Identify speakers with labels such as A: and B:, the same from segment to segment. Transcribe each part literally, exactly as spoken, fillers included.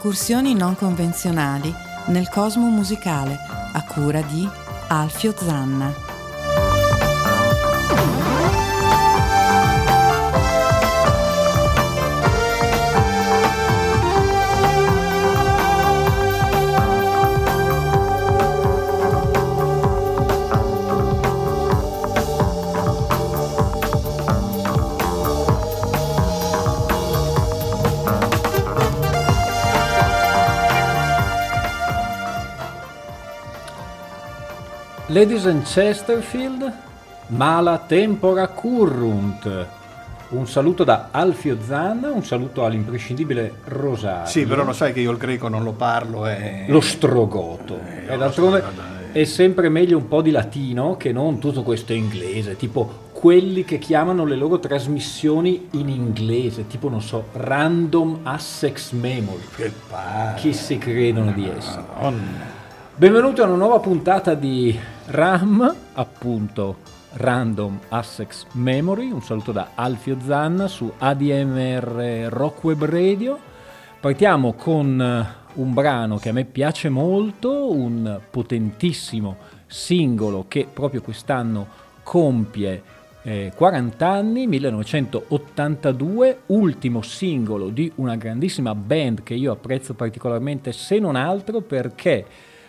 A: Escursioni non convenzionali nel cosmo musicale, a cura di Alfio Zanna.
B: Ladies and Chesterfield, mala tempora currunt. Un saluto da Alfio Zanna, un saluto all'imprescindibile Rosario.
C: Sì, però lo sai che io il greco non lo parlo. È...
B: Lo strogoto. Eh, e d'altronde è sempre meglio un po' di latino che non tutto questo inglese, tipo quelli che chiamano le loro trasmissioni in inglese, tipo non so, Random Access Memory.
C: Che palle.
B: Chi si credono di essere? Madonna. Benvenuti a una nuova puntata di RAM, appunto Random Access Memory. Un saluto da Alfio Zanna su A D M R Rock Web Radio. Partiamo con un brano che a me piace molto, un potentissimo singolo che proprio quest'anno compie eh, quaranta anni, millenovecentottantadue, ultimo singolo di una grandissima band che io apprezzo particolarmente, se non altro perché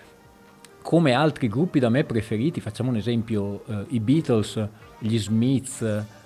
B: come altri gruppi da me preferiti, facciamo un esempio, eh, i Beatles, gli Smiths,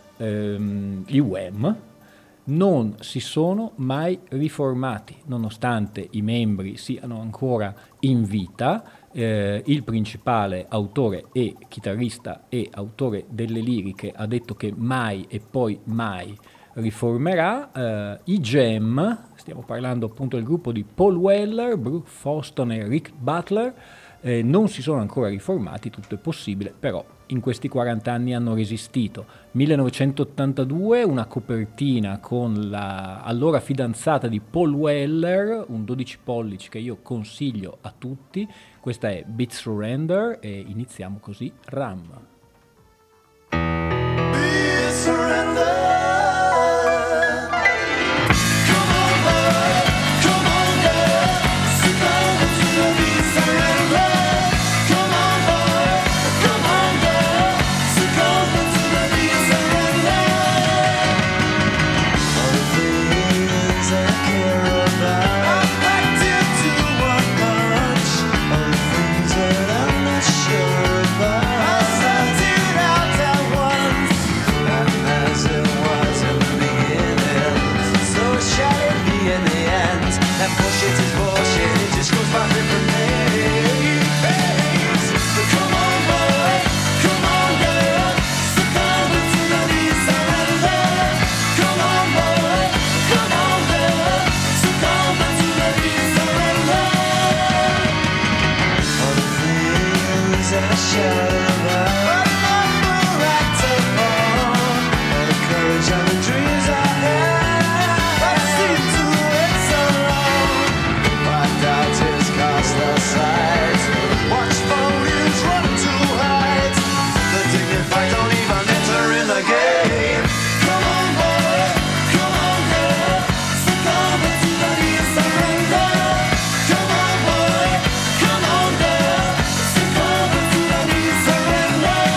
B: ehm, i Wham, non si sono mai riformati, nonostante i membri siano ancora in vita. Eh, il principale autore e chitarrista e autore delle liriche ha detto che mai e poi mai riformerà. Eh, i Jam, stiamo parlando appunto del gruppo di Paul Weller, Brooke Foston e Rick Butler, Eh, non si sono ancora riformati, tutto è possibile, però in questi quaranta anni hanno resistito. millenovecentottantadue, una copertina con la allora fidanzata di Paul Weller, un dodici pollici che io consiglio a tutti. Questa è Beat Surrender e iniziamo così RAM. Beat Surrender.
D: Come on, girl.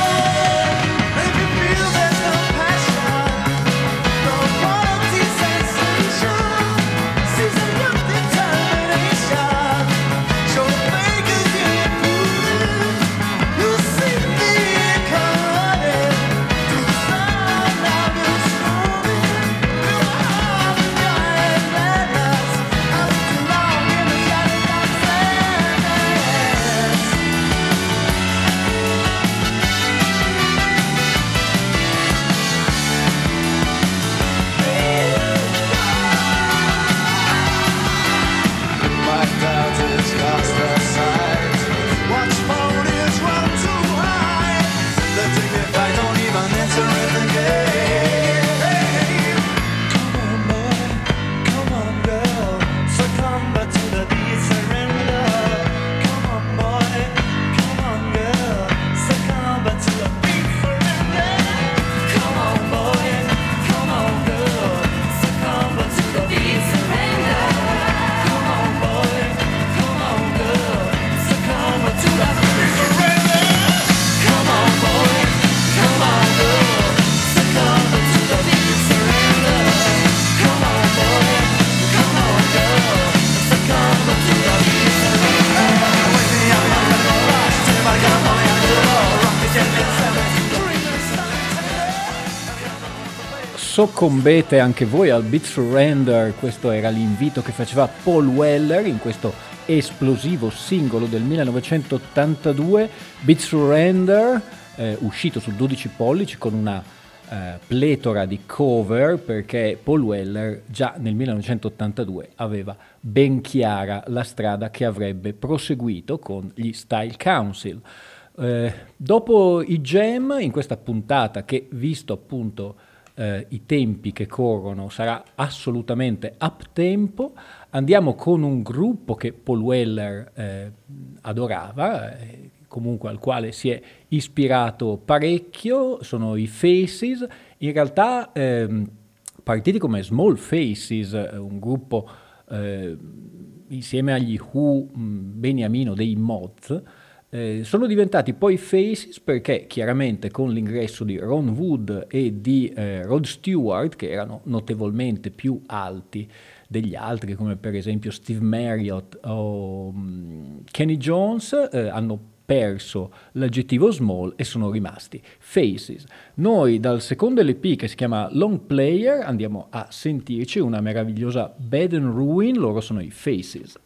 B: soccombete anche voi al Beat Surrender. Questo era l'invito che faceva Paul Weller in questo esplosivo singolo del millenovecentottantadue, Beat Surrender, eh, uscito su dodici pollici con una eh, pletora di cover, perché Paul Weller già nel millenovecentottantadue aveva ben chiara la strada che avrebbe proseguito con gli Style Council. Eh, dopo i jam, in questa puntata che, visto appunto eh, i tempi che corrono, sarà assolutamente up tempo, andiamo con un gruppo che Paul Weller eh, adorava, eh, comunque al quale si è ispirato parecchio, sono i Faces. In realtà ehm, partiti come Small Faces, un gruppo eh, insieme agli Who, mh, beniamino dei Moth, Eh, sono diventati poi Faces perché chiaramente con l'ingresso di Ron Wood e di eh, Rod Stewart, che erano notevolmente più alti degli altri, come per esempio Steve Marriott o um, Kenny Jones, eh, hanno perso l'aggettivo small e sono rimasti Faces. Noi dal secondo L P, che si chiama Long Player, andiamo a sentirci una meravigliosa Bed and Ruin. Loro sono i Faces.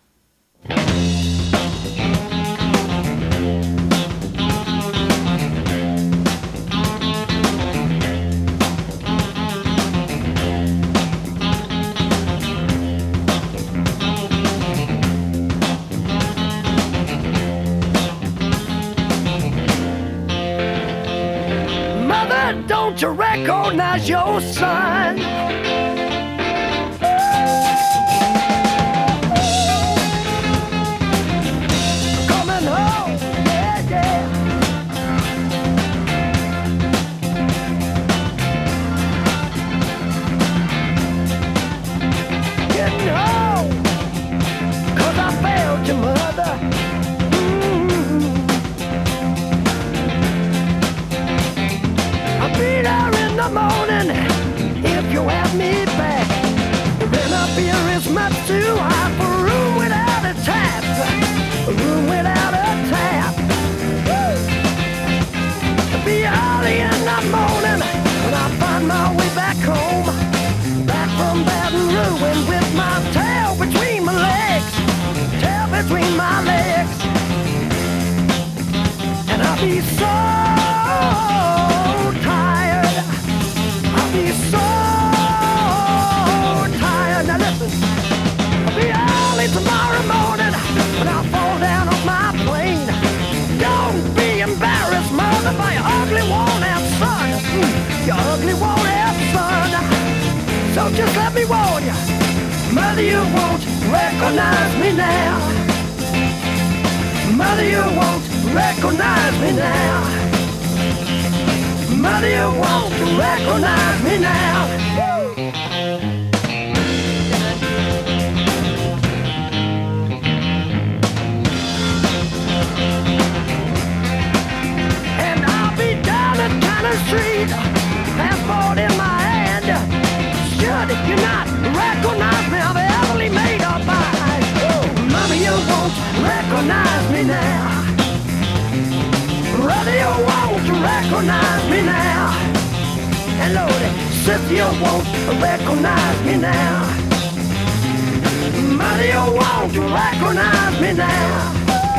D: Don't you recognize your son? Coming home, yeah, yeah. Getting home, 'cause I failed your mother. Be there in the morning if you have me back. The rent up here is much too high for a room without a tap. A room without a tap. It'll be early in the morning when I find my way back home. Back from Baton Rouge with my tail between my legs. Tail between my legs. And I'll be so be so tired. Now listen, I'll be early tomorrow morning when I fall down off my plane. Don't be embarrassed, mother, by your ugly worn-out son. Mm, your ugly worn-out son. So just let me warn you, mother, you won't recognize me now. Mother, you won't recognize me now. Mother, you won't recognize me now. And I'll be down the Cannon Street, passport in my hand. Should you not recognize me, I'll be heavily made up by. Mother, you won't recognize me now. Brother, you won't recognize me now. And Lord, sister, you won't recognize me now. Mother, you won't recognize me now.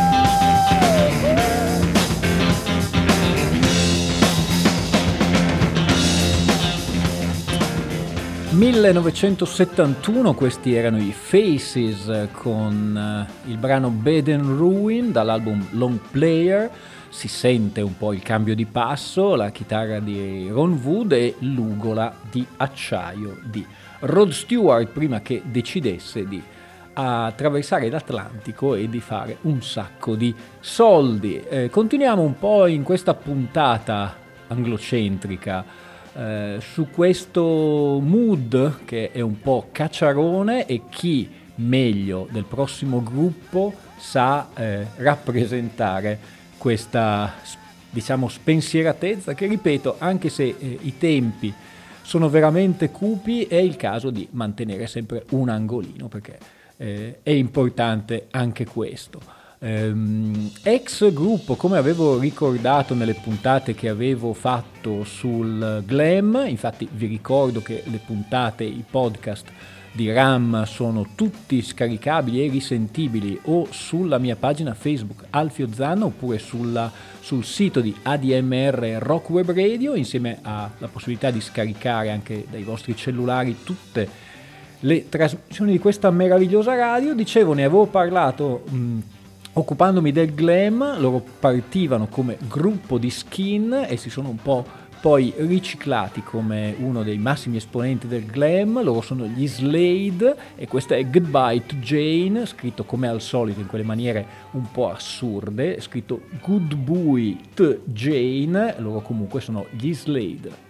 B: millenovecentosettantuno, questi erano i Faces con uh, il brano Bed and Ruin dall'album Long Player. Si sente un po' il cambio di passo, la chitarra di Ron Wood e l'ugola di acciaio di Rod Stewart prima che decidesse di attraversare l'Atlantico e di fare un sacco di soldi. Eh, continuiamo un po' in questa puntata anglocentrica eh, su questo mood che è un po' cacciarone, e chi meglio del prossimo gruppo sa eh, rappresentare questa, diciamo, spensieratezza che, ripeto, anche se eh, i tempi sono veramente cupi, è il caso di mantenere sempre un angolino, perché eh, è importante anche questo. ehm, ex gruppo, come avevo ricordato nelle puntate che avevo fatto sul glam. Infatti vi ricordo che le puntate, i podcast di Ram sono tutti scaricabili e risentibili o sulla mia pagina Facebook Alfio Zanna oppure sulla, sul sito di A D M R Rock Web Radio, insieme alla possibilità di scaricare anche dai vostri cellulari tutte le trasmissioni di questa meravigliosa radio. Dicevo, ne avevo parlato mh, occupandomi del glam. Loro partivano come gruppo di Skin e si sono un po' poi riciclati come uno dei massimi esponenti del glam. Loro sono gli Slade e questa è Goodbye to Jane, scritto come al solito in quelle maniere un po' assurde, scritto Goodbye to Jane. Loro comunque sono gli Slade.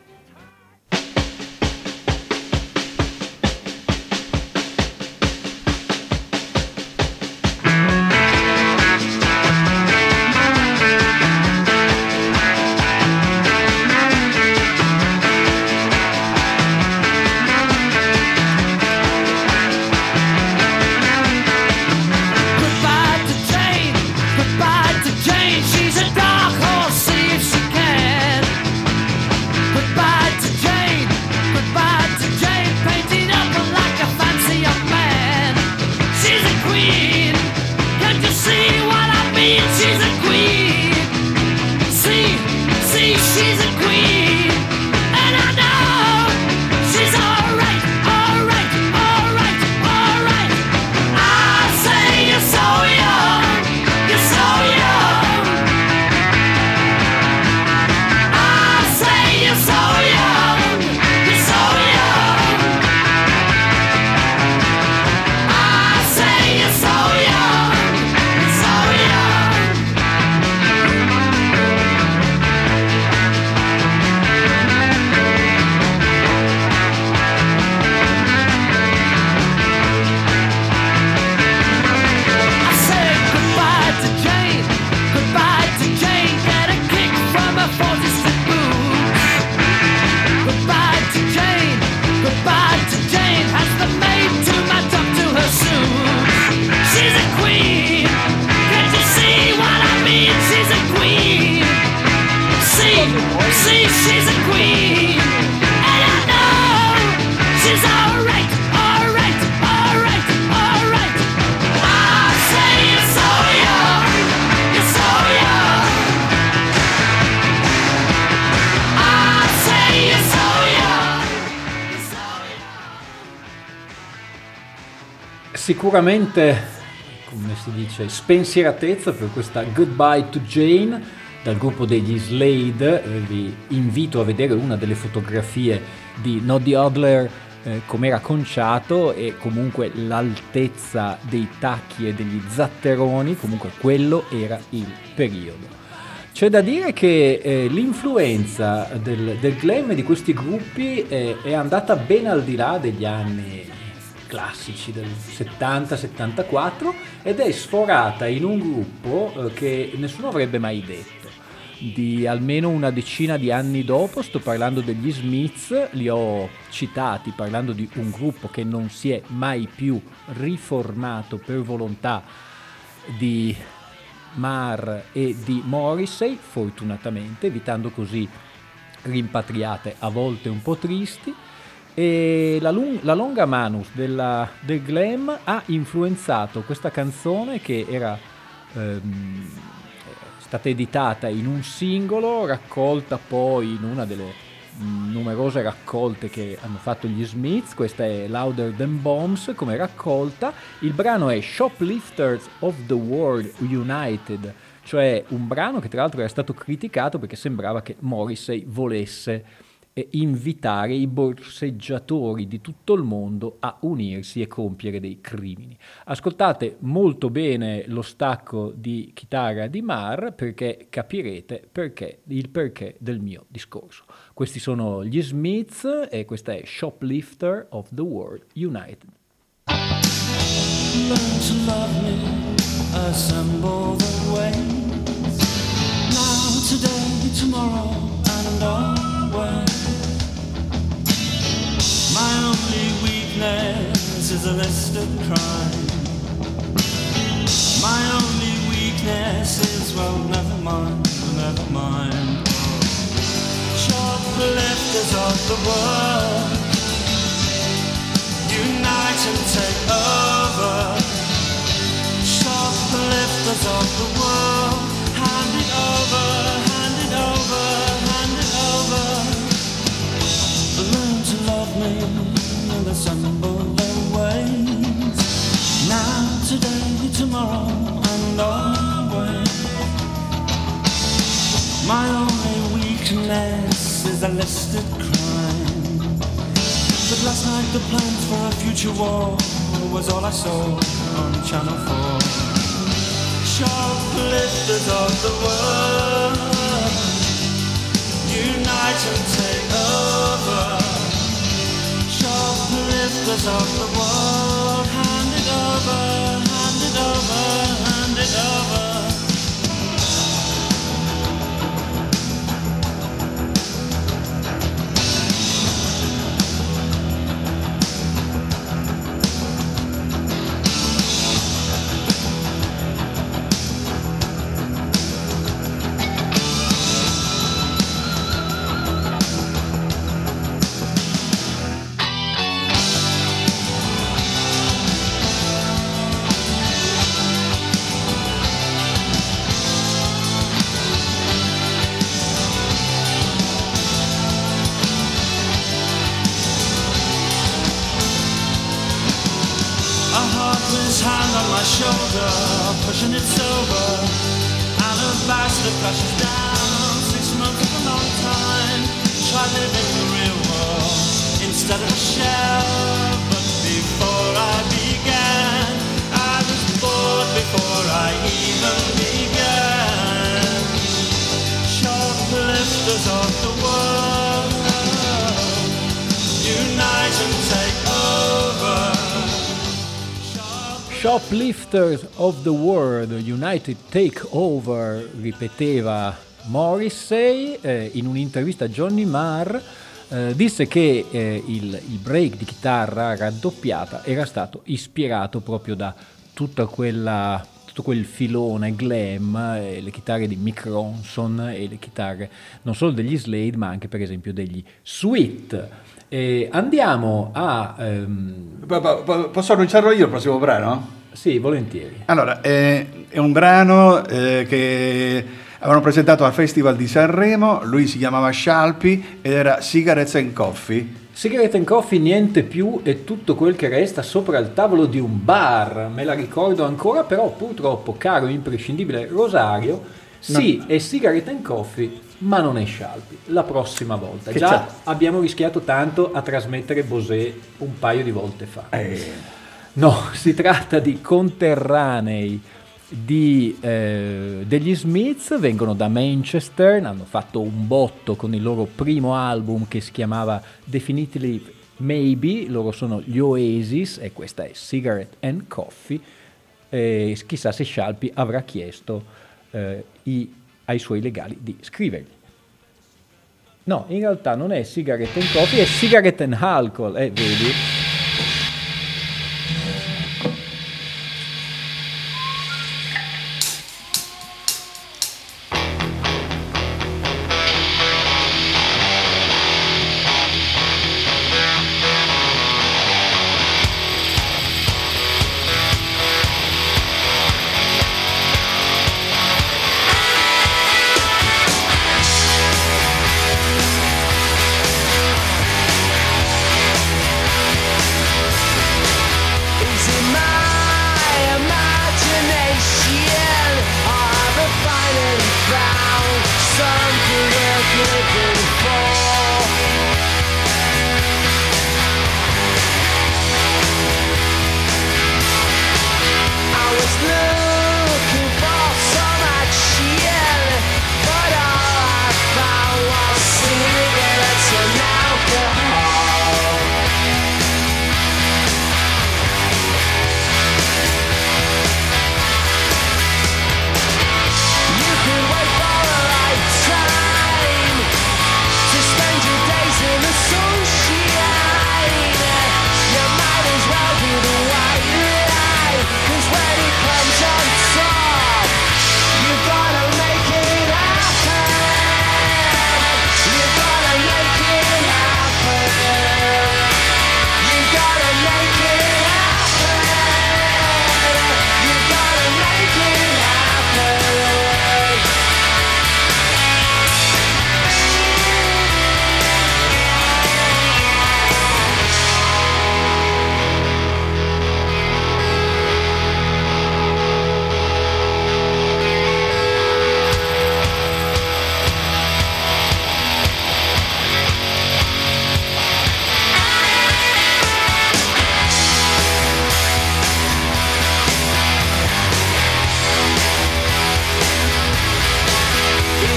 B: Sicuramente, come si dice, spensieratezza per questa Goodbye to Jane dal gruppo degli Slade. Eh, vi invito a vedere una delle fotografie di Noddy Hodler eh, come era conciato, e comunque l'altezza dei tacchi e degli zatteroni, comunque quello era il periodo. C'è da dire che eh, l'influenza del, del glam e di questi gruppi eh, è andata ben al di là degli anni classici del settanta settantaquattro ed è sforata in un gruppo eh, che nessuno avrebbe mai detto. Di almeno una decina di anni dopo, sto parlando degli Smiths, li ho citati parlando di un gruppo che non si è mai più riformato per volontà di Marr e di Morrissey, fortunatamente, evitando così rimpatriate a volte un po' tristi. E la, lung- la longa manus della, del glam ha influenzato questa canzone, che era ehm, stata editata in un singolo, raccolta poi in una delle numerose raccolte che hanno fatto gli Smiths. Questa è Louder Than Bombs come raccolta. Il brano è Shoplifters of the World United, cioè un brano che tra l'altro era stato criticato perché sembrava che Morrissey volesse e invitare i borseggiatori di tutto il mondo a unirsi e compiere dei crimini. Ascoltate molto bene lo stacco di chitarra di Marr, perché capirete perché, il perché del mio discorso. Questi sono gli Smiths e questa è Shoplifter of the World United.
E: Learn to love me, assemble the ways. Now, today, tomorrow, and always. My only weakness is a list of crime. My only weakness weaknesses, well, never mind, never mind. Shoplifters of the world, unite and take over. Shoplifters of the world, hand it over, hand it over, hand it over. Learn to love me and assemble their ways. Now, today, tomorrow, and always. My only weakness is a listed crime. But last night the plans for a future war was all I saw on Channel four. Shoplifters of the world, unite and take over. Shoplifters of the world, hand it over, hand it over, hand it over. Hand on my shoulder, pushing it sober. Alabaster flashes down. Six months is a long time. Try living the real world instead of a shell. But before I began, I was bored before I even began. Shoplifters of the world, unite and take over.
B: Shoplifters of the World, United Take Over, ripeteva Morrissey eh, in un'intervista a Johnny Marr. Eh, disse che eh, il, il break di chitarra raddoppiata era stato ispirato proprio da tutta quella, tutto quel filone glam, eh, le chitarre di Mick Ronson e le chitarre non solo degli Slade ma anche per esempio degli Sweet. E andiamo a... Ehm...
C: Posso annunciarlo io il prossimo brano?
B: Sì, volentieri.
C: Allora, eh, è un brano eh, che avevano presentato al Festival di Sanremo, lui si chiamava Scialpi ed era Cigarettes and Coffee.
B: Cigarette and Coffee, niente più, è tutto quel che resta sopra il tavolo di un bar, me la ricordo ancora, però purtroppo, caro imprescindibile Rosario, sì, no. È Cigarette and Coffee, ma non è Scialpi, la prossima volta. Che Già c'è? Abbiamo rischiato tanto a trasmettere Bosé un paio di volte fa.
C: Eh.
B: No, si tratta di conterranei di, eh, degli Smiths, vengono da Manchester, hanno fatto un botto con il loro primo album che si chiamava Definitely Maybe, loro sono gli Oasis e questa è Cigarette and Coffee. Eh, chissà se Scialpi avrà chiesto eh, i ai suoi legali di scrivergli. No, in realtà non è Cigarette and Coffee, è Cigarette and Alcohol, eh, vedi?
E: Cigarettes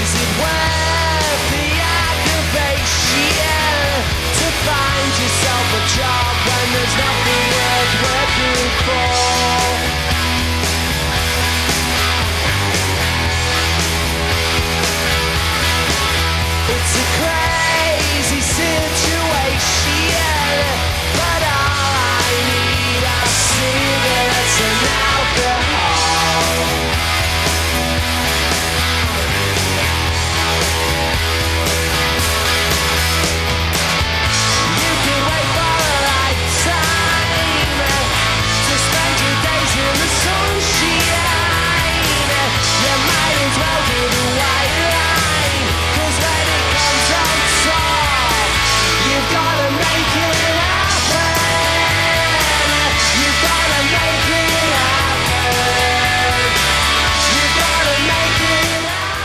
D: Is it worth the aggravation to find yourself a job when there's nothing worth working for? It's a crazy situation, but all I need are cigarettes and alcohol. You could wait for a lifetime to spend your days in the sunshine. You might as well do the white line, 'cause when it comes on top, you've gotta make it happen. You've gotta make it happen. You've gotta make it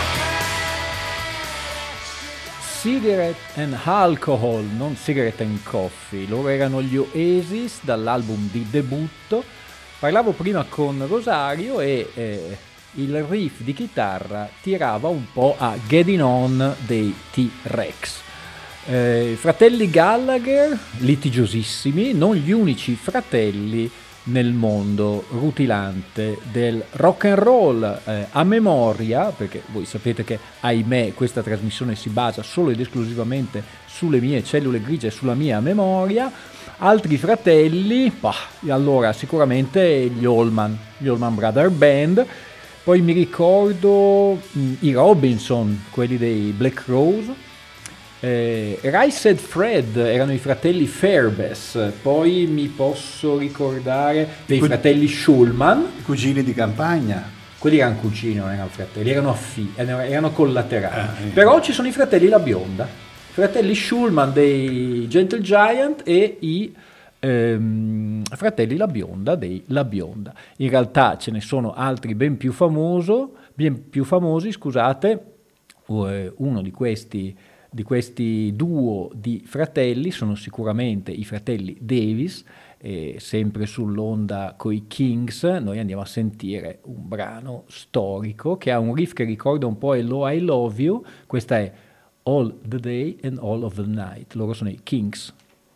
D: happen.
B: Cigarette and Alcohol, non Cigarette and Coffee. Loro erano gli Oasis dall'album di debutto. Parlavo prima con Rosario e eh, il riff di chitarra tirava un po' a Getting On dei T-Rex. Eh, fratelli Gallagher, litigiosissimi, non gli unici fratelli nel mondo rutilante del rock and roll, eh, a memoria, perché voi sapete che ahimè questa trasmissione si basa solo ed esclusivamente sulle mie cellule grigie e sulla mia memoria. Altri fratelli, bah, allora sicuramente gli Allman, gli Allman Brother Band. Poi mi ricordo mh, i Robinson, quelli dei Black Rose. Eh, Rice and Fred erano i fratelli Fairbass. Poi mi posso ricordare dei
C: Cug-
B: fratelli Schulman.
C: I cugini di campagna.
B: Quelli erano cugini, non erano fratelli, erano affi, erano, erano collaterali.
C: Ah, eh.
B: Però ci sono i fratelli La Bionda, i fratelli Schulman dei Gentle Giant e i ehm, fratelli La Bionda dei La Bionda. In realtà ce ne sono altri ben più famoso, ben più famosi, scusate. Uno di questi di questi duo di fratelli sono sicuramente i fratelli Davis, eh, sempre sull'onda coi Kings. Noi andiamo a sentire un brano storico che ha un riff che ricorda un po' Hello I Love You. Questa è All the Day and All of the Night. Loro sono i Kings.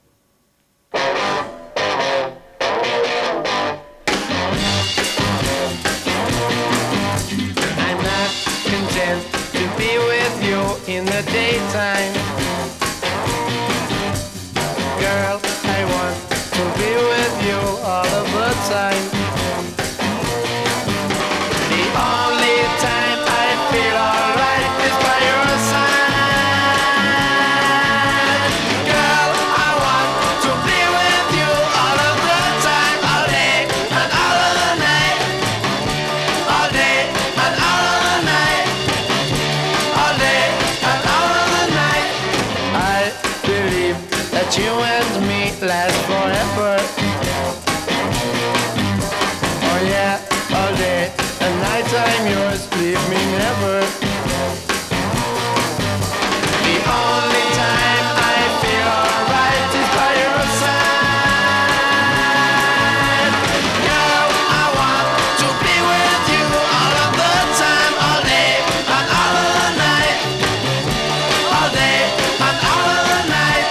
D: I'm not content to be with you in the daytime. Girl, I want to be with you all of the time. The only time I feel alright is by your side. Girl, I want to be with you all of the time, all day and all of the night. All day and all of the night. All day and all of the night. I believe that you and me last forever. Oh yeah, all day and night I'm yours, leave me never. The only time I feel alright is by your side. Girl, I want to be with you all of the time, all day and all of the night. All day and all of the night.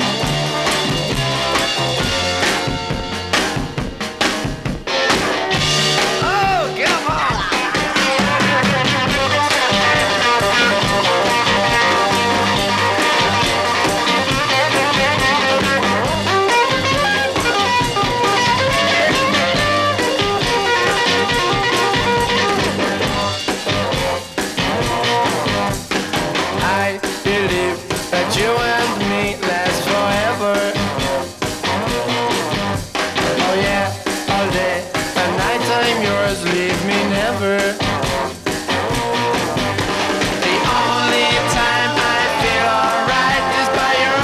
D: Oh, come on! I believe that you and me last forever. Oh yeah, all day and night I'm yours, leave me never. The only time I feel alright is by your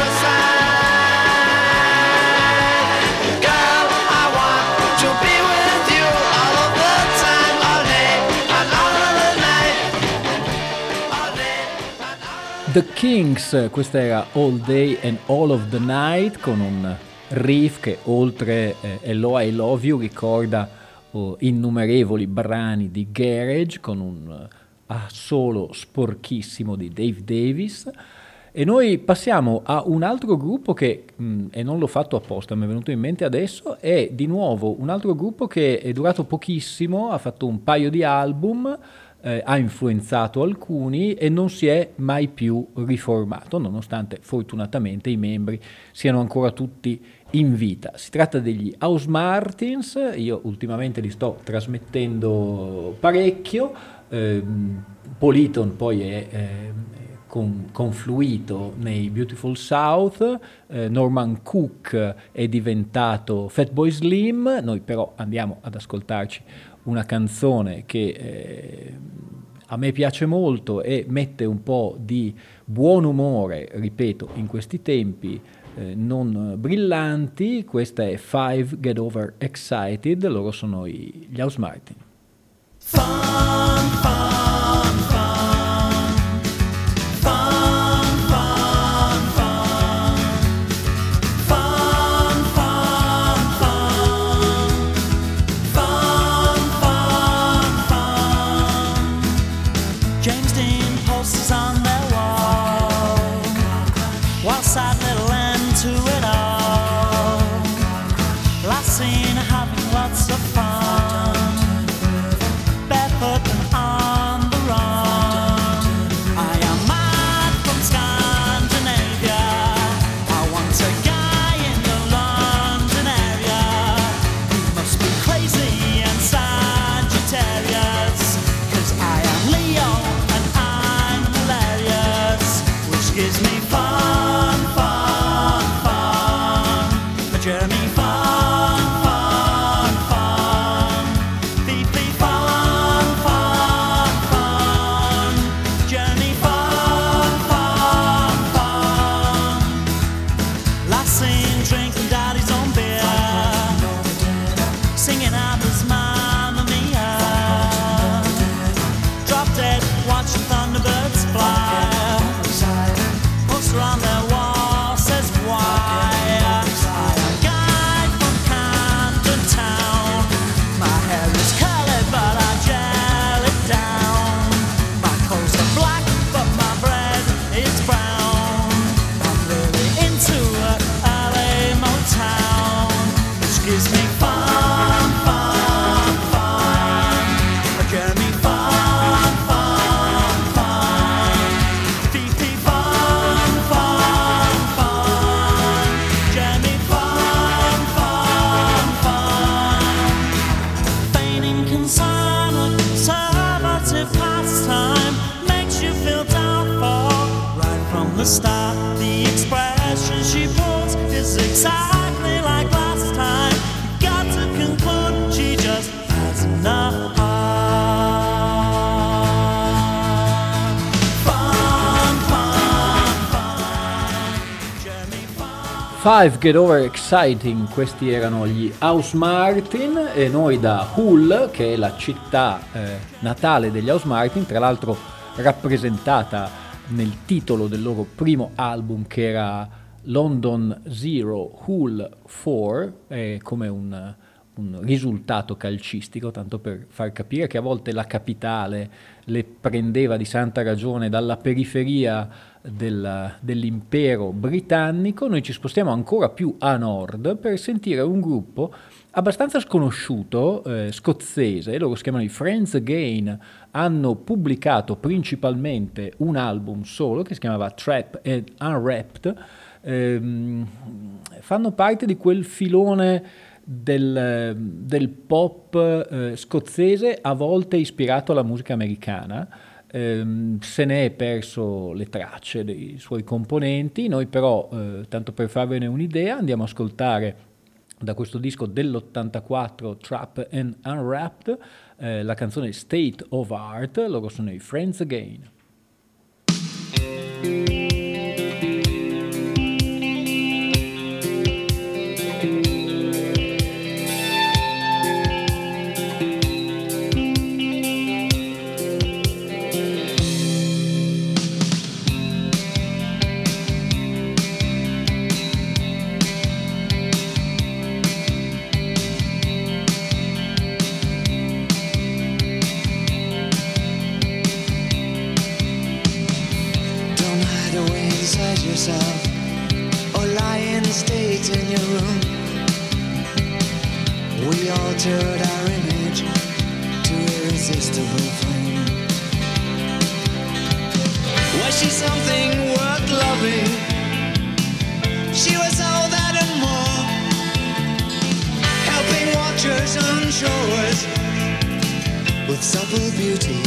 D: side. Girl, I want to be with you all of the time, all day and all of the night. All day and all.
B: The Kings, questa era All Day and All of the Night, con un riff che oltre eh, Hello I Love You ricorda oh, innumerevoli brani di garage, con un assolo sporchissimo di Dave Davis. E noi passiamo a un altro gruppo che, mh, e non l'ho fatto apposta, mi è venuto in mente adesso, è di nuovo un altro gruppo che è durato pochissimo, ha fatto un paio di album, eh, ha influenzato alcuni e non si è mai più riformato, nonostante fortunatamente i membri siano ancora tutti in vita. Si tratta degli House Martins, io ultimamente li sto trasmettendo parecchio, eh, Politon poi è... Eh, confluito nei Beautiful South, eh, Norman Cook è diventato Fatboy Slim, noi però andiamo ad ascoltarci una canzone che eh, a me piace molto e mette un po' di buon umore, ripeto, in questi tempi eh, non brillanti. Questa è Five Get Over Excited, loro sono i, gli House Martin.
E: Fun, fun, fun.
B: Five Get Over Exciting, questi erano gli House Martin e noi da Hull, che è la città eh, natale degli House Martin, tra l'altro rappresentata nel titolo del loro primo album che era London Zero Hull quattro, è come un, un risultato calcistico, tanto per far capire che a volte la capitale le prendeva di santa ragione dalla periferia del, dell'impero britannico. Noi ci spostiamo ancora più a nord per sentire un gruppo abbastanza sconosciuto, eh, scozzese, loro si chiamano i Friends Again, hanno pubblicato principalmente un album solo che si chiamava Trap and Unwrapped, ehm, fanno parte di quel filone del, del pop eh, scozzese, a volte ispirato alla musica americana. Eh, se ne è perso le tracce dei suoi componenti, noi però, eh, tanto per farvene un'idea, andiamo a ascoltare da questo disco dell'ottantaquattro Trap and Unwrapped eh, la canzone State of Art, loro sono i Friends Again.
F: hide away inside yourself, or lie in state in your room. We altered our image to irresistible flame. Was she something worth loving? She was all that and more, helping watchers on shores with supple beauty.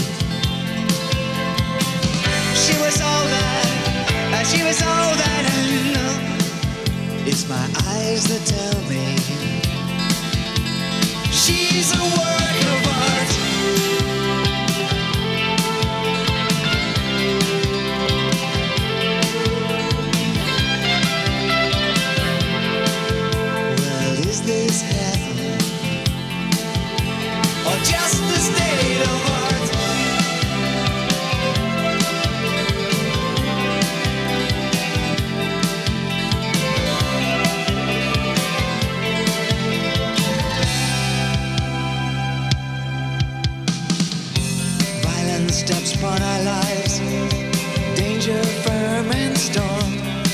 F: She was all that, she was all that I know. It's my eyes that tell me she's a work of art. Well, is this heaven or just the state of art? Steps upon our lives, danger, firm and storm.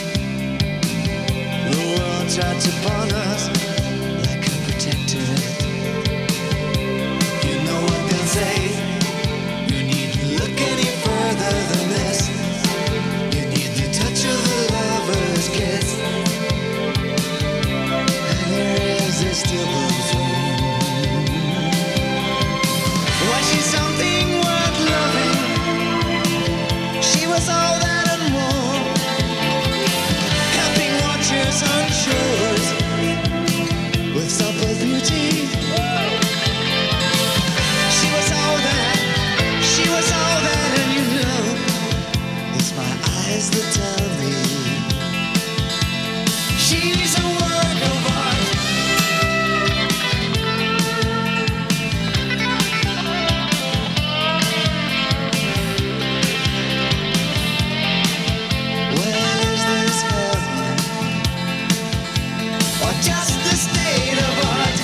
F: The world treads upon us like a protector. You know what they'll say, you needn't look any further than this. You need the touch of a lover's kiss, an irresistible flame. Was she something worth loving? She was all that and more, helping watchers on shores with supple beauty. She was all that, she was all that, and you know, it's my eyes that tell me she's a work of art. Just the state of art.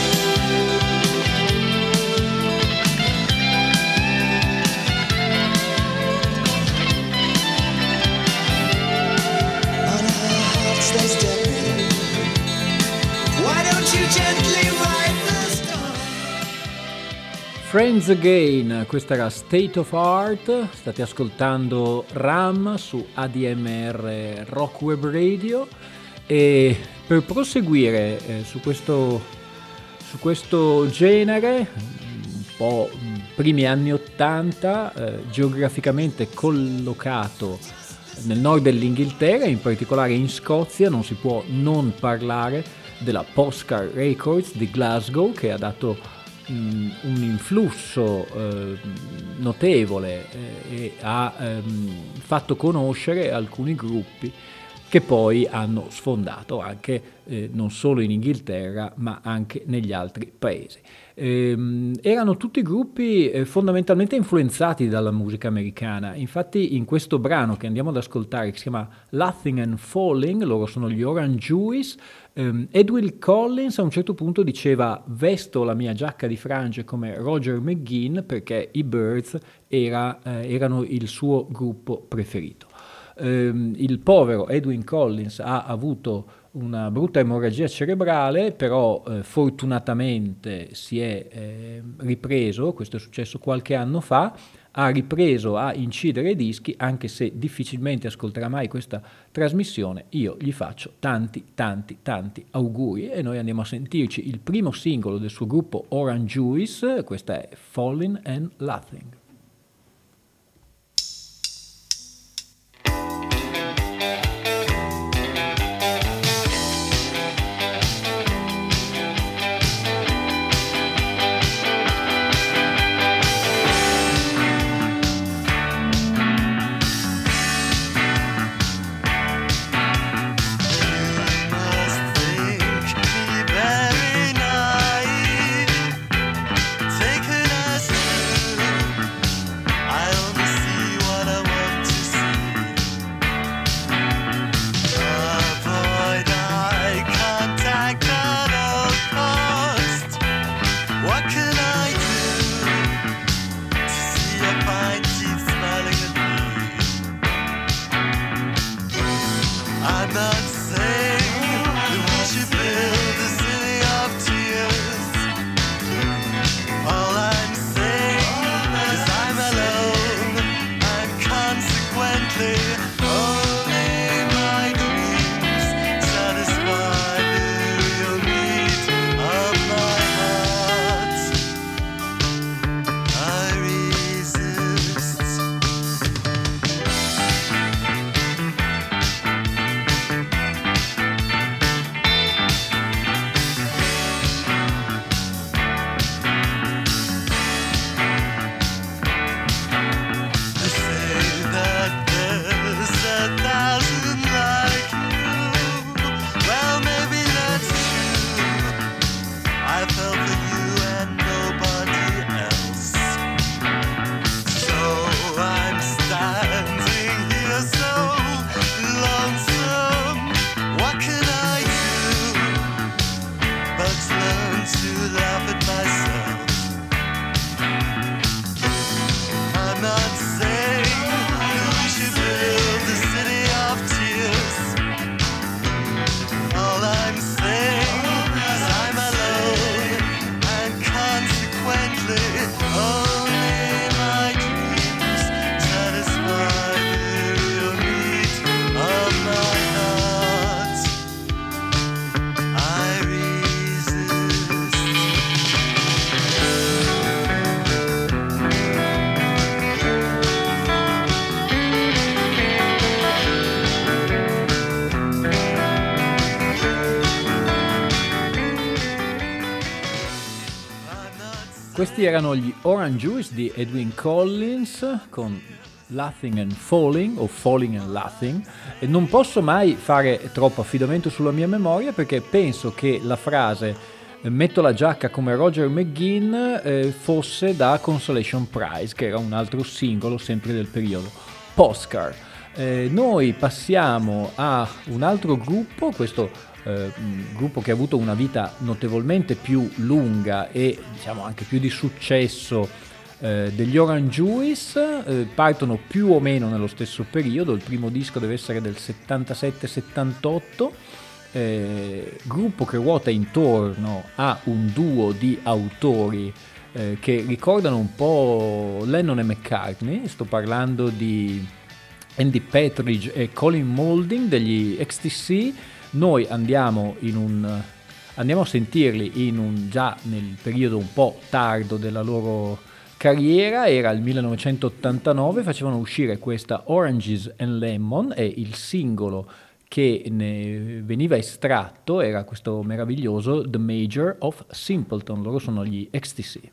F: On our hearts they step in. Why don't you gently ride the storm?
B: Friends Again, questa era State of Art, state ascoltando Ram su A D M R Rock Web Radio. E per proseguire eh, su questo su questo genere, un po' primi anni ottanta, eh, geograficamente collocato nel nord dell'Inghilterra, in particolare in Scozia, non si può non parlare della Postcard Records di Glasgow, che ha dato mh, un influsso eh, notevole eh, e ha ehm, fatto conoscere alcuni gruppi che poi hanno sfondato anche eh, non solo in Inghilterra ma anche negli altri paesi. Ehm, erano tutti gruppi eh, fondamentalmente influenzati dalla musica americana. Infatti in questo brano che andiamo ad ascoltare, che si chiama Laughing and Falling, loro sono gli Orange Juice, ehm, Edwin Collins a un certo punto diceva: vesto la mia giacca di frange come Roger McGuinn perché i Byrds era, eh, erano il suo gruppo preferito. Um, il povero Edwin Collins ha avuto una brutta emorragia cerebrale, però eh, fortunatamente si è eh, ripreso, questo è successo qualche anno fa, ha ripreso a incidere dischi, anche se difficilmente ascolterà mai questa trasmissione. Io gli faccio tanti tanti tanti auguri e noi andiamo a sentirci il primo singolo del suo gruppo Orange Juice, questa è Falling and Laughing.
E: Taking us through
F: not saying that we should build a city of tears. All I'm saying is I'm alone, and consequently only my dreams satisfy the real need of my heart. I resist. They say that there's a thousand like you. Well, maybe that's true. I fell for you and nobody else. So I'm standing here so lonesome. What can I do but learn to laugh at myself? I'm not saying that we should build a city of tears. All I'm saying is I'm alone, and consequently only my dreams satisfy the real need of my heart. I resist.
B: Questi erano gli Orange Juice di Edwyn Collins con Laughing and Falling o Falling and Laughing, e non posso mai fare troppo affidamento sulla mia memoria perché penso che la frase eh, metto la giacca come Roger McGuinn eh, fosse da Consolation Prize, che era un altro singolo sempre del periodo Postcard. Eh, noi passiamo a un altro gruppo, questo eh, gruppo che ha avuto una vita notevolmente più lunga e diciamo anche più di successo eh, degli Orange Juice. Eh, partono più o meno nello stesso periodo, il primo disco deve essere del settantasette settantotto, eh, gruppo che ruota intorno a un duo di autori eh, che ricordano un po' Lennon e McCartney. Sto parlando di Andy Partridge e Colin Moulding degli X T C. Noi andiamo in un andiamo a sentirli in un già nel periodo un po' tardo della loro carriera, era il millenovecentottantanove, facevano uscire questa Oranges and Lemon e il singolo che ne veniva estratto era questo meraviglioso The Major of Simpleton. Loro sono gli X T C.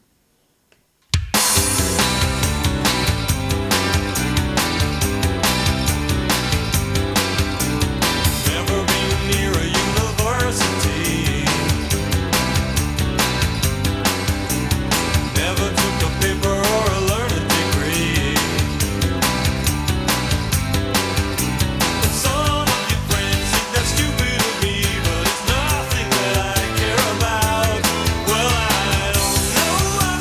E: Well, I don't know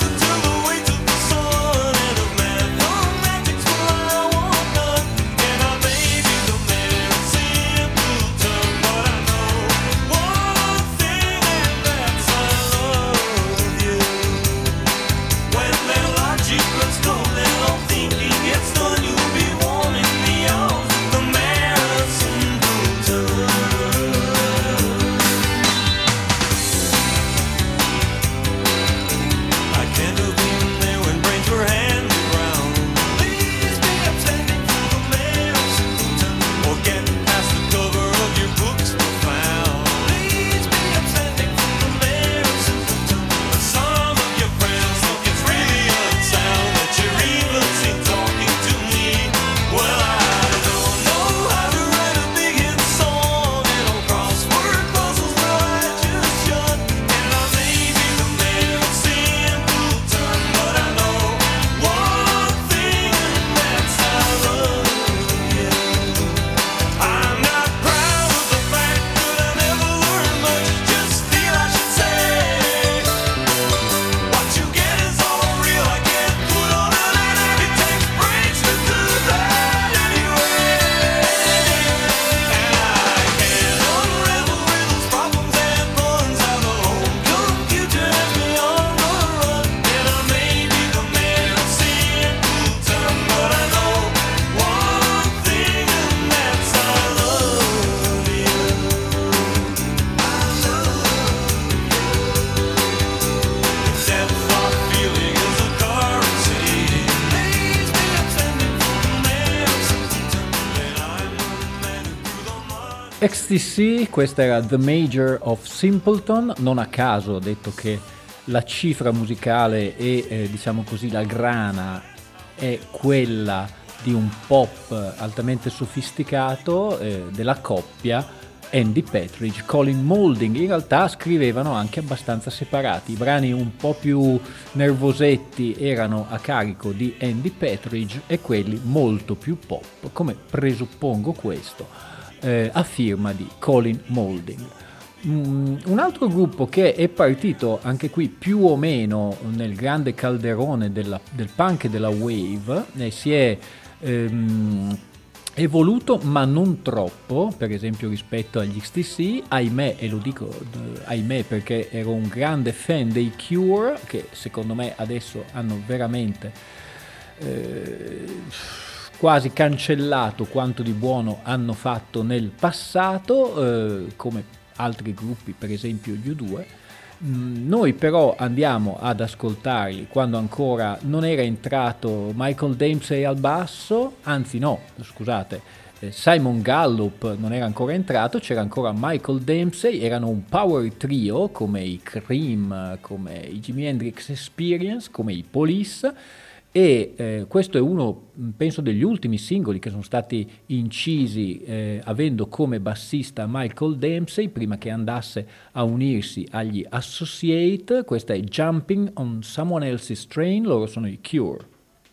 B: X T C, questa era The Major of Simpleton, non a caso ho detto che la cifra musicale e eh, diciamo così la grana è quella di un pop altamente sofisticato eh, della coppia Andy Partridge, Colin Moulding. In realtà scrivevano anche abbastanza separati, i brani un po' più nervosetti erano a carico di Andy Partridge e quelli molto più pop, come presuppongo questo, eh, a firma di Colin Moulding. Mm, un altro gruppo che è partito anche qui più o meno nel grande calderone della, del punk e della wave e si è ehm, evoluto ma non troppo, per esempio rispetto agli X T C, ahimè, e lo dico eh, ahimè perché ero un grande fan dei Cure, che secondo me adesso hanno veramente eh, quasi cancellato quanto di buono hanno fatto nel passato, eh, come altri gruppi, per esempio gli U due. Mm, noi però andiamo ad ascoltarli quando ancora non era entrato Michael Dempsey al basso, anzi no, scusate, eh, Simon Gallup non era ancora entrato, c'era ancora Michael Dempsey, erano un power trio come i Cream, come i Jimi Hendrix Experience, come i Police. E eh, questo è uno, penso, degli ultimi singoli che sono stati incisi eh, avendo come bassista Michael Dempsey prima che andasse a unirsi agli Associate. Questa è Jumping on Someone Else's Train, loro sono i Cure.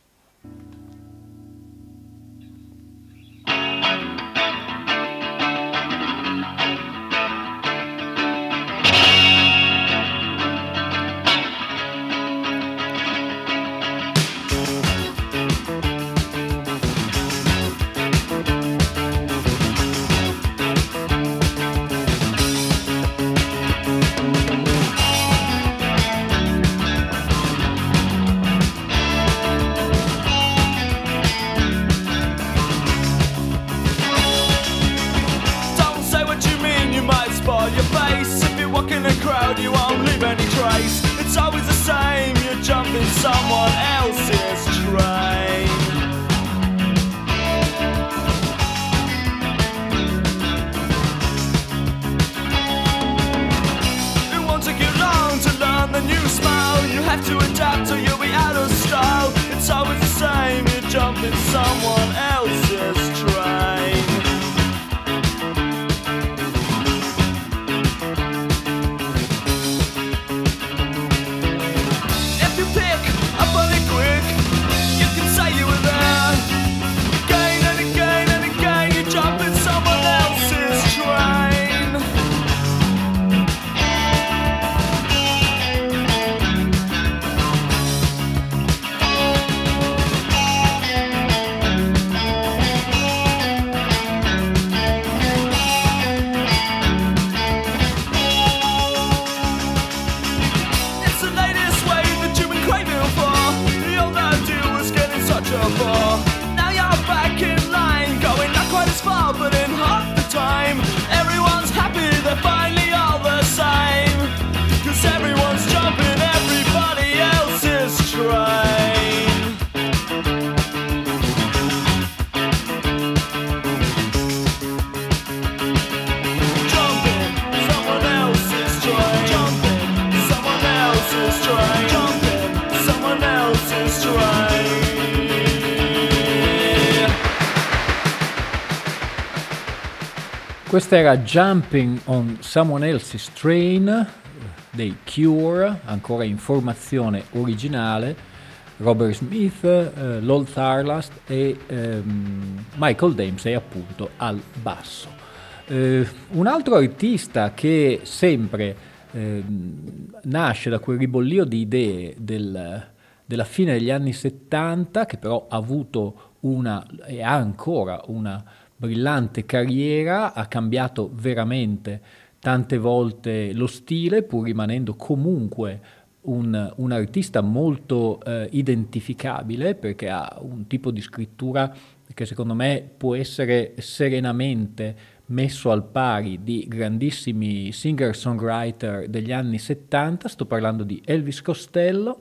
B: Questa era Jumping on Someone Else's Train dei Cure, ancora in formazione originale, Robert Smith, eh, Lol Tharlast e ehm, Michael Dempsey appunto al basso. Eh, un altro artista che sempre eh, nasce da quel ribollio di idee del, della fine degli anni settanta, che però ha avuto una e ha ancora una brillante carriera, ha cambiato veramente tante volte lo stile, pur rimanendo comunque un, un artista molto eh, identificabile, perché ha un tipo di scrittura che secondo me può essere serenamente messo al pari di grandissimi singer-songwriter degli anni settanta. Sto parlando di Elvis Costello.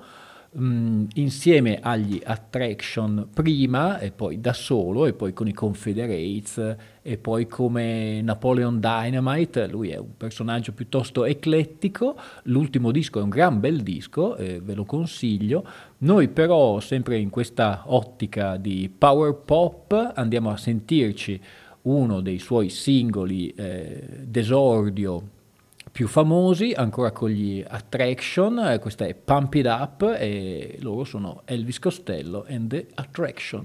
B: mh, insieme agli Attraction prima e poi da solo e poi con i Confederates e poi come Napoleon Dynamite. Lui è un personaggio piuttosto eclettico, l'ultimo disco è un gran bel disco, eh, ve lo consiglio. Noi però, sempre in questa ottica di power pop, andiamo a sentirci uno dei suoi singoli eh, d'esordio più famosi, ancora con gli Attraction. Eh, questa è Pump It Up e loro sono Elvis Costello and the Attraction.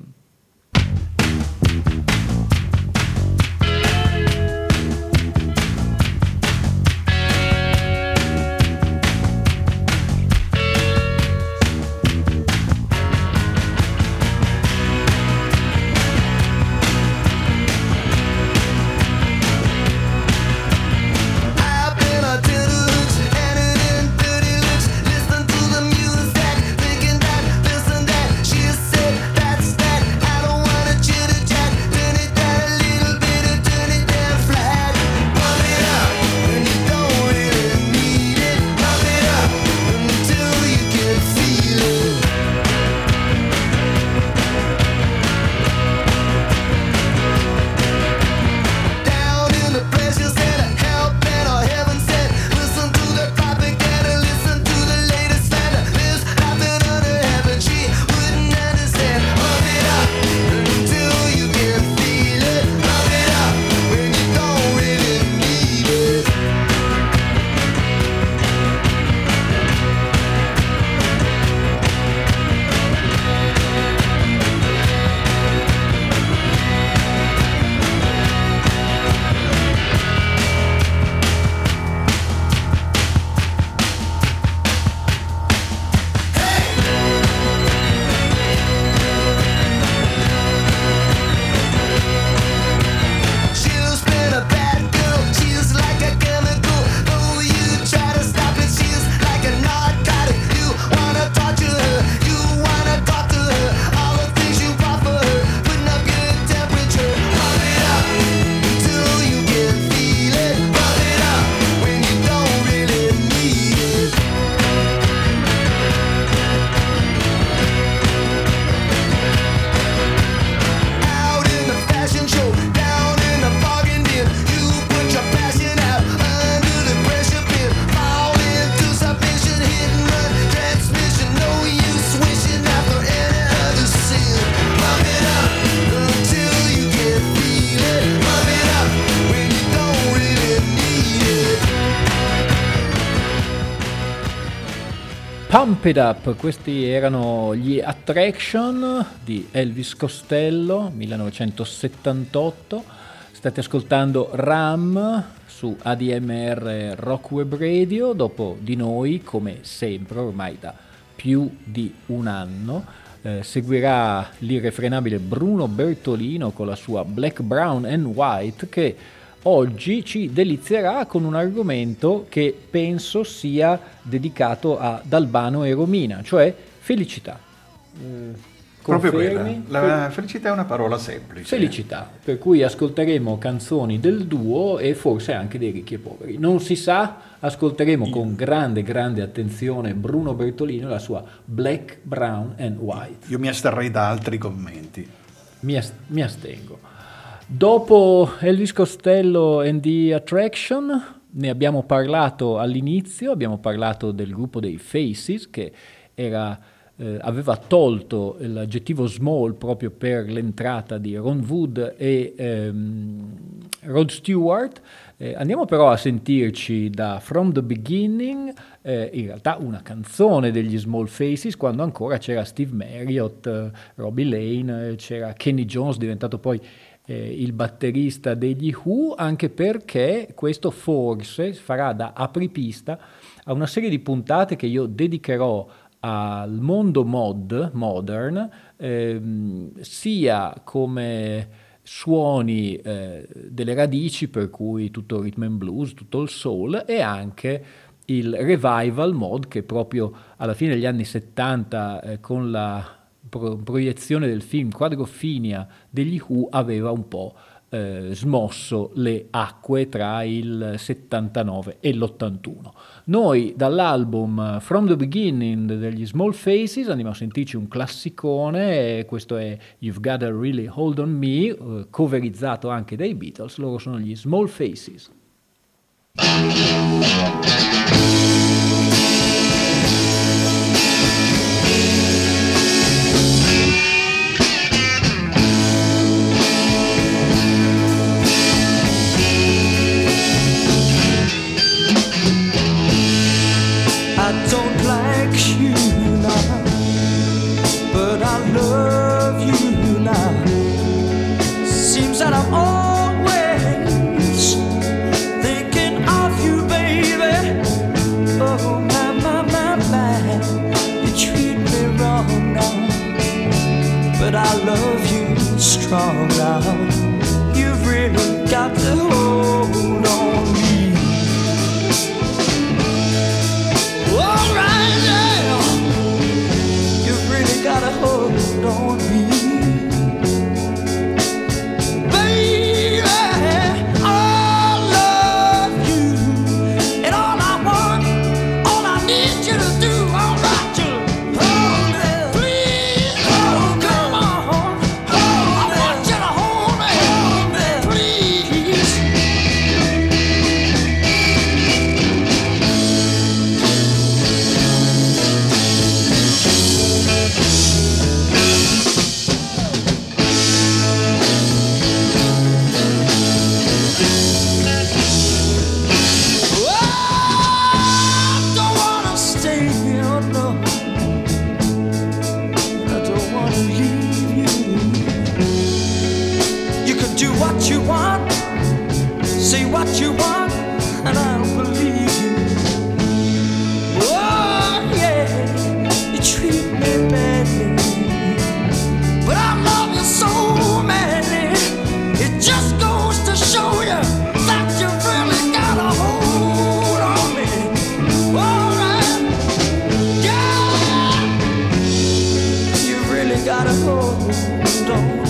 B: Pump It Up, questi erano gli Attraction di Elvis Costello, millenovecentosettantotto. State ascoltando Ram su A D M R Rock Web Radio, dopo di noi, come sempre, ormai da più di un anno. Eh, seguirà l'irrefrenabile Bruno Bertolino con la sua Black, Brown and White, che oggi ci delizierà con un argomento che penso sia dedicato ad Albano e Romina, cioè felicità. Mm,
C: Proprio
B: confermi?
C: quella. La felicità è una parola semplice.
B: Felicità, per cui ascolteremo canzoni del duo e forse anche dei Ricchi e Poveri. Non si sa, ascolteremo con grande, grande attenzione Bruno Bertolino e la sua Black, Brown and White.
C: Io mi asterrei da altri commenti.
B: Mi, ast- mi astengo. Dopo Elvis Costello and the Attraction, ne abbiamo parlato all'inizio, abbiamo parlato del gruppo dei Faces, che era, eh, aveva tolto l'aggettivo small proprio per l'entrata di Ron Wood e ehm, Rod Stewart. Eh, andiamo però a sentirci da From the Beginning, eh, in realtà una canzone degli Small Faces, quando ancora c'era Steve Marriott, eh, Robbie Lane, eh, c'era Kenny Jones, diventato poi Eh, il batterista degli Who, anche perché questo forse farà da apripista a una serie di puntate che io dedicherò al mondo mod, modern, ehm, sia come suoni eh, delle radici, per cui tutto il rhythm and blues, tutto il soul, e anche il revival mod che proprio alla fine degli anni settanta eh, con la pro- proiezione del film Quadrofinia degli Who aveva un po' eh, smosso le acque tra il settantanove e l'ottantuno. Noi dall'album From the Beginning degli Small Faces andiamo a sentirci un classicone, e questo è You've Gotta Really Hold on Me, eh, coverizzato anche dai Beatles. Loro sono gli Small Faces.
F: I don't like you now, but I love you now. Seems that I'm always thinking of you, baby. Oh my, my, my, my, you treat me wrong now, but I love you strong now. You've really got to hold on me. Gotta hold on me, baby. I love you, and all I want, all I need you to do, all right, you hold me, please. Oh, come on, hold I want you to hold me, hold me, please. What you want, say what you want, and I'll believe you. Oh yeah, you treat me badly, but I love you so madly. It just goes to show you that you really got a hold on me. Alright, yeah, you really got a hold on me.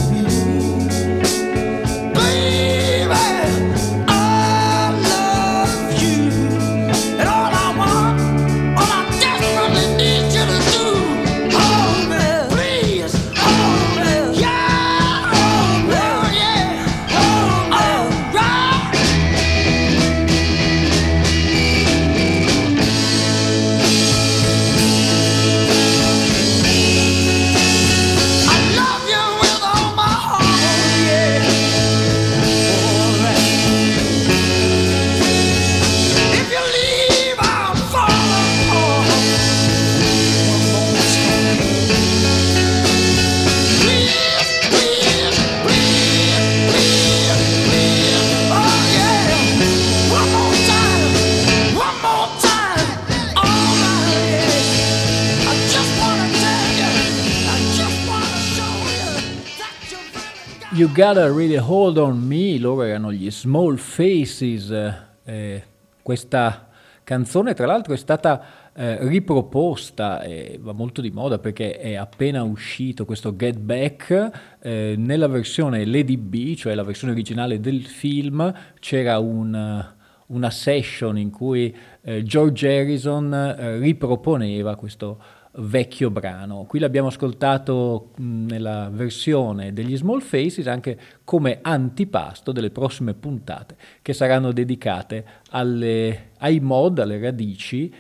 B: You Gotta Really Hold on Me, loro erano gli Small Faces. Eh, questa canzone tra l'altro è stata eh, riproposta e va molto di moda perché è appena uscito questo Get Back eh, nella versione Lady B, cioè la versione originale del film. C'era un, una session in cui eh, George Harrison eh, riproponeva questo vecchio brano. Qui l'abbiamo ascoltato mh, nella versione degli Small Faces anche come antipasto delle prossime puntate che saranno dedicate alle, ai mod, alle radici,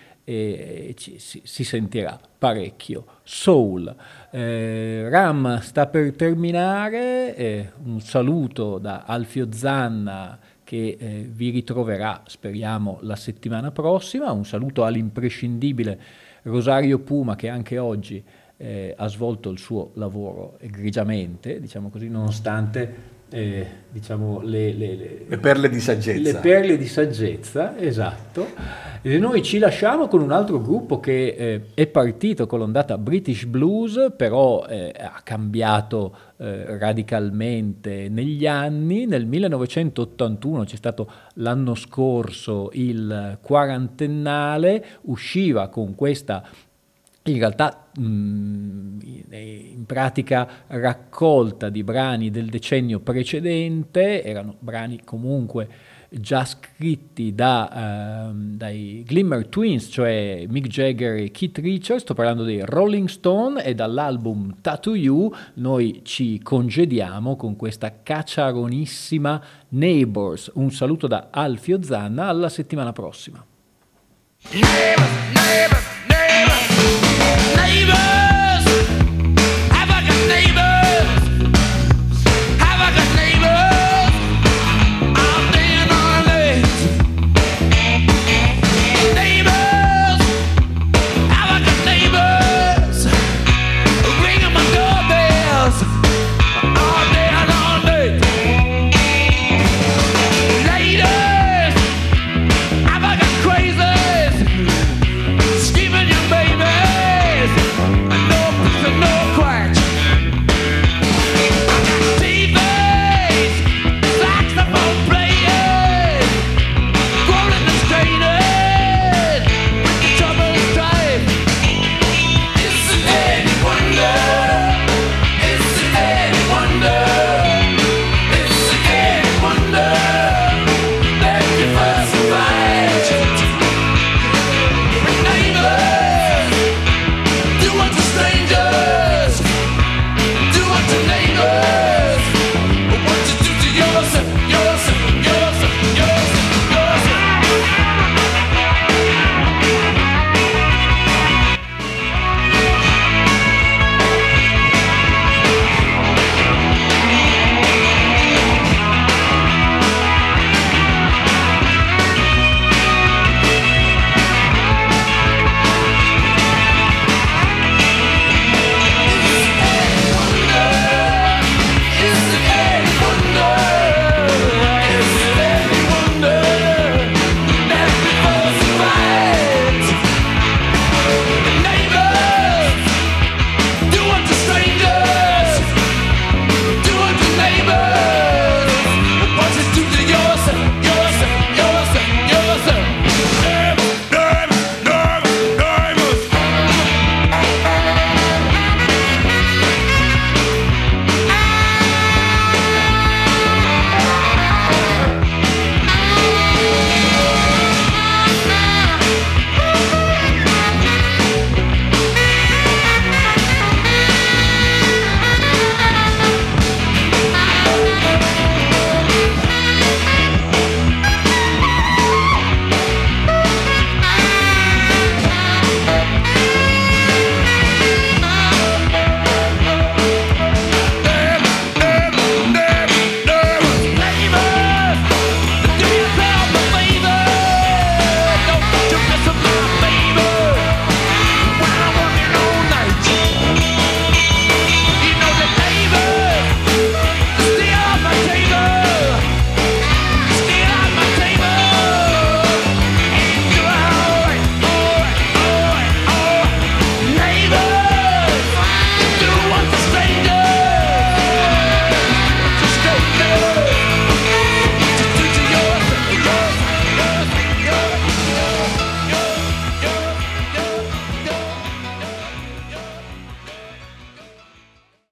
B: e ci, si, si sentirà parecchio soul. eh, Ram sta per terminare, eh, un saluto da Alfio Zanna che eh, vi ritroverà, speriamo, la settimana prossima. Un saluto all'imprescindibile Rosario Puma, che anche oggi eh, ha svolto il suo lavoro egregiamente, diciamo così, nonostante eh, diciamo le, le, le,
C: le perle di saggezza.
B: Le perle di saggezza, esatto. E noi ci lasciamo con un altro gruppo che eh, è partito con l'ondata British Blues, però eh, ha cambiato eh, radicalmente negli anni. Nel millenovecentottantuno, c'è stato l'anno scorso il quarantennale, usciva con questa in realtà mh, in pratica raccolta di brani del decennio precedente, erano brani comunque già scritti da, ehm, dai Glimmer Twins, cioè Mick Jagger e Keith Richards. Sto parlando dei Rolling Stone, e dall'album Tattoo You noi ci congediamo con questa cacciaronissima Neighbors. Un saluto da Alfio Zanna, alla settimana prossima.
F: Neighbors, neighbors,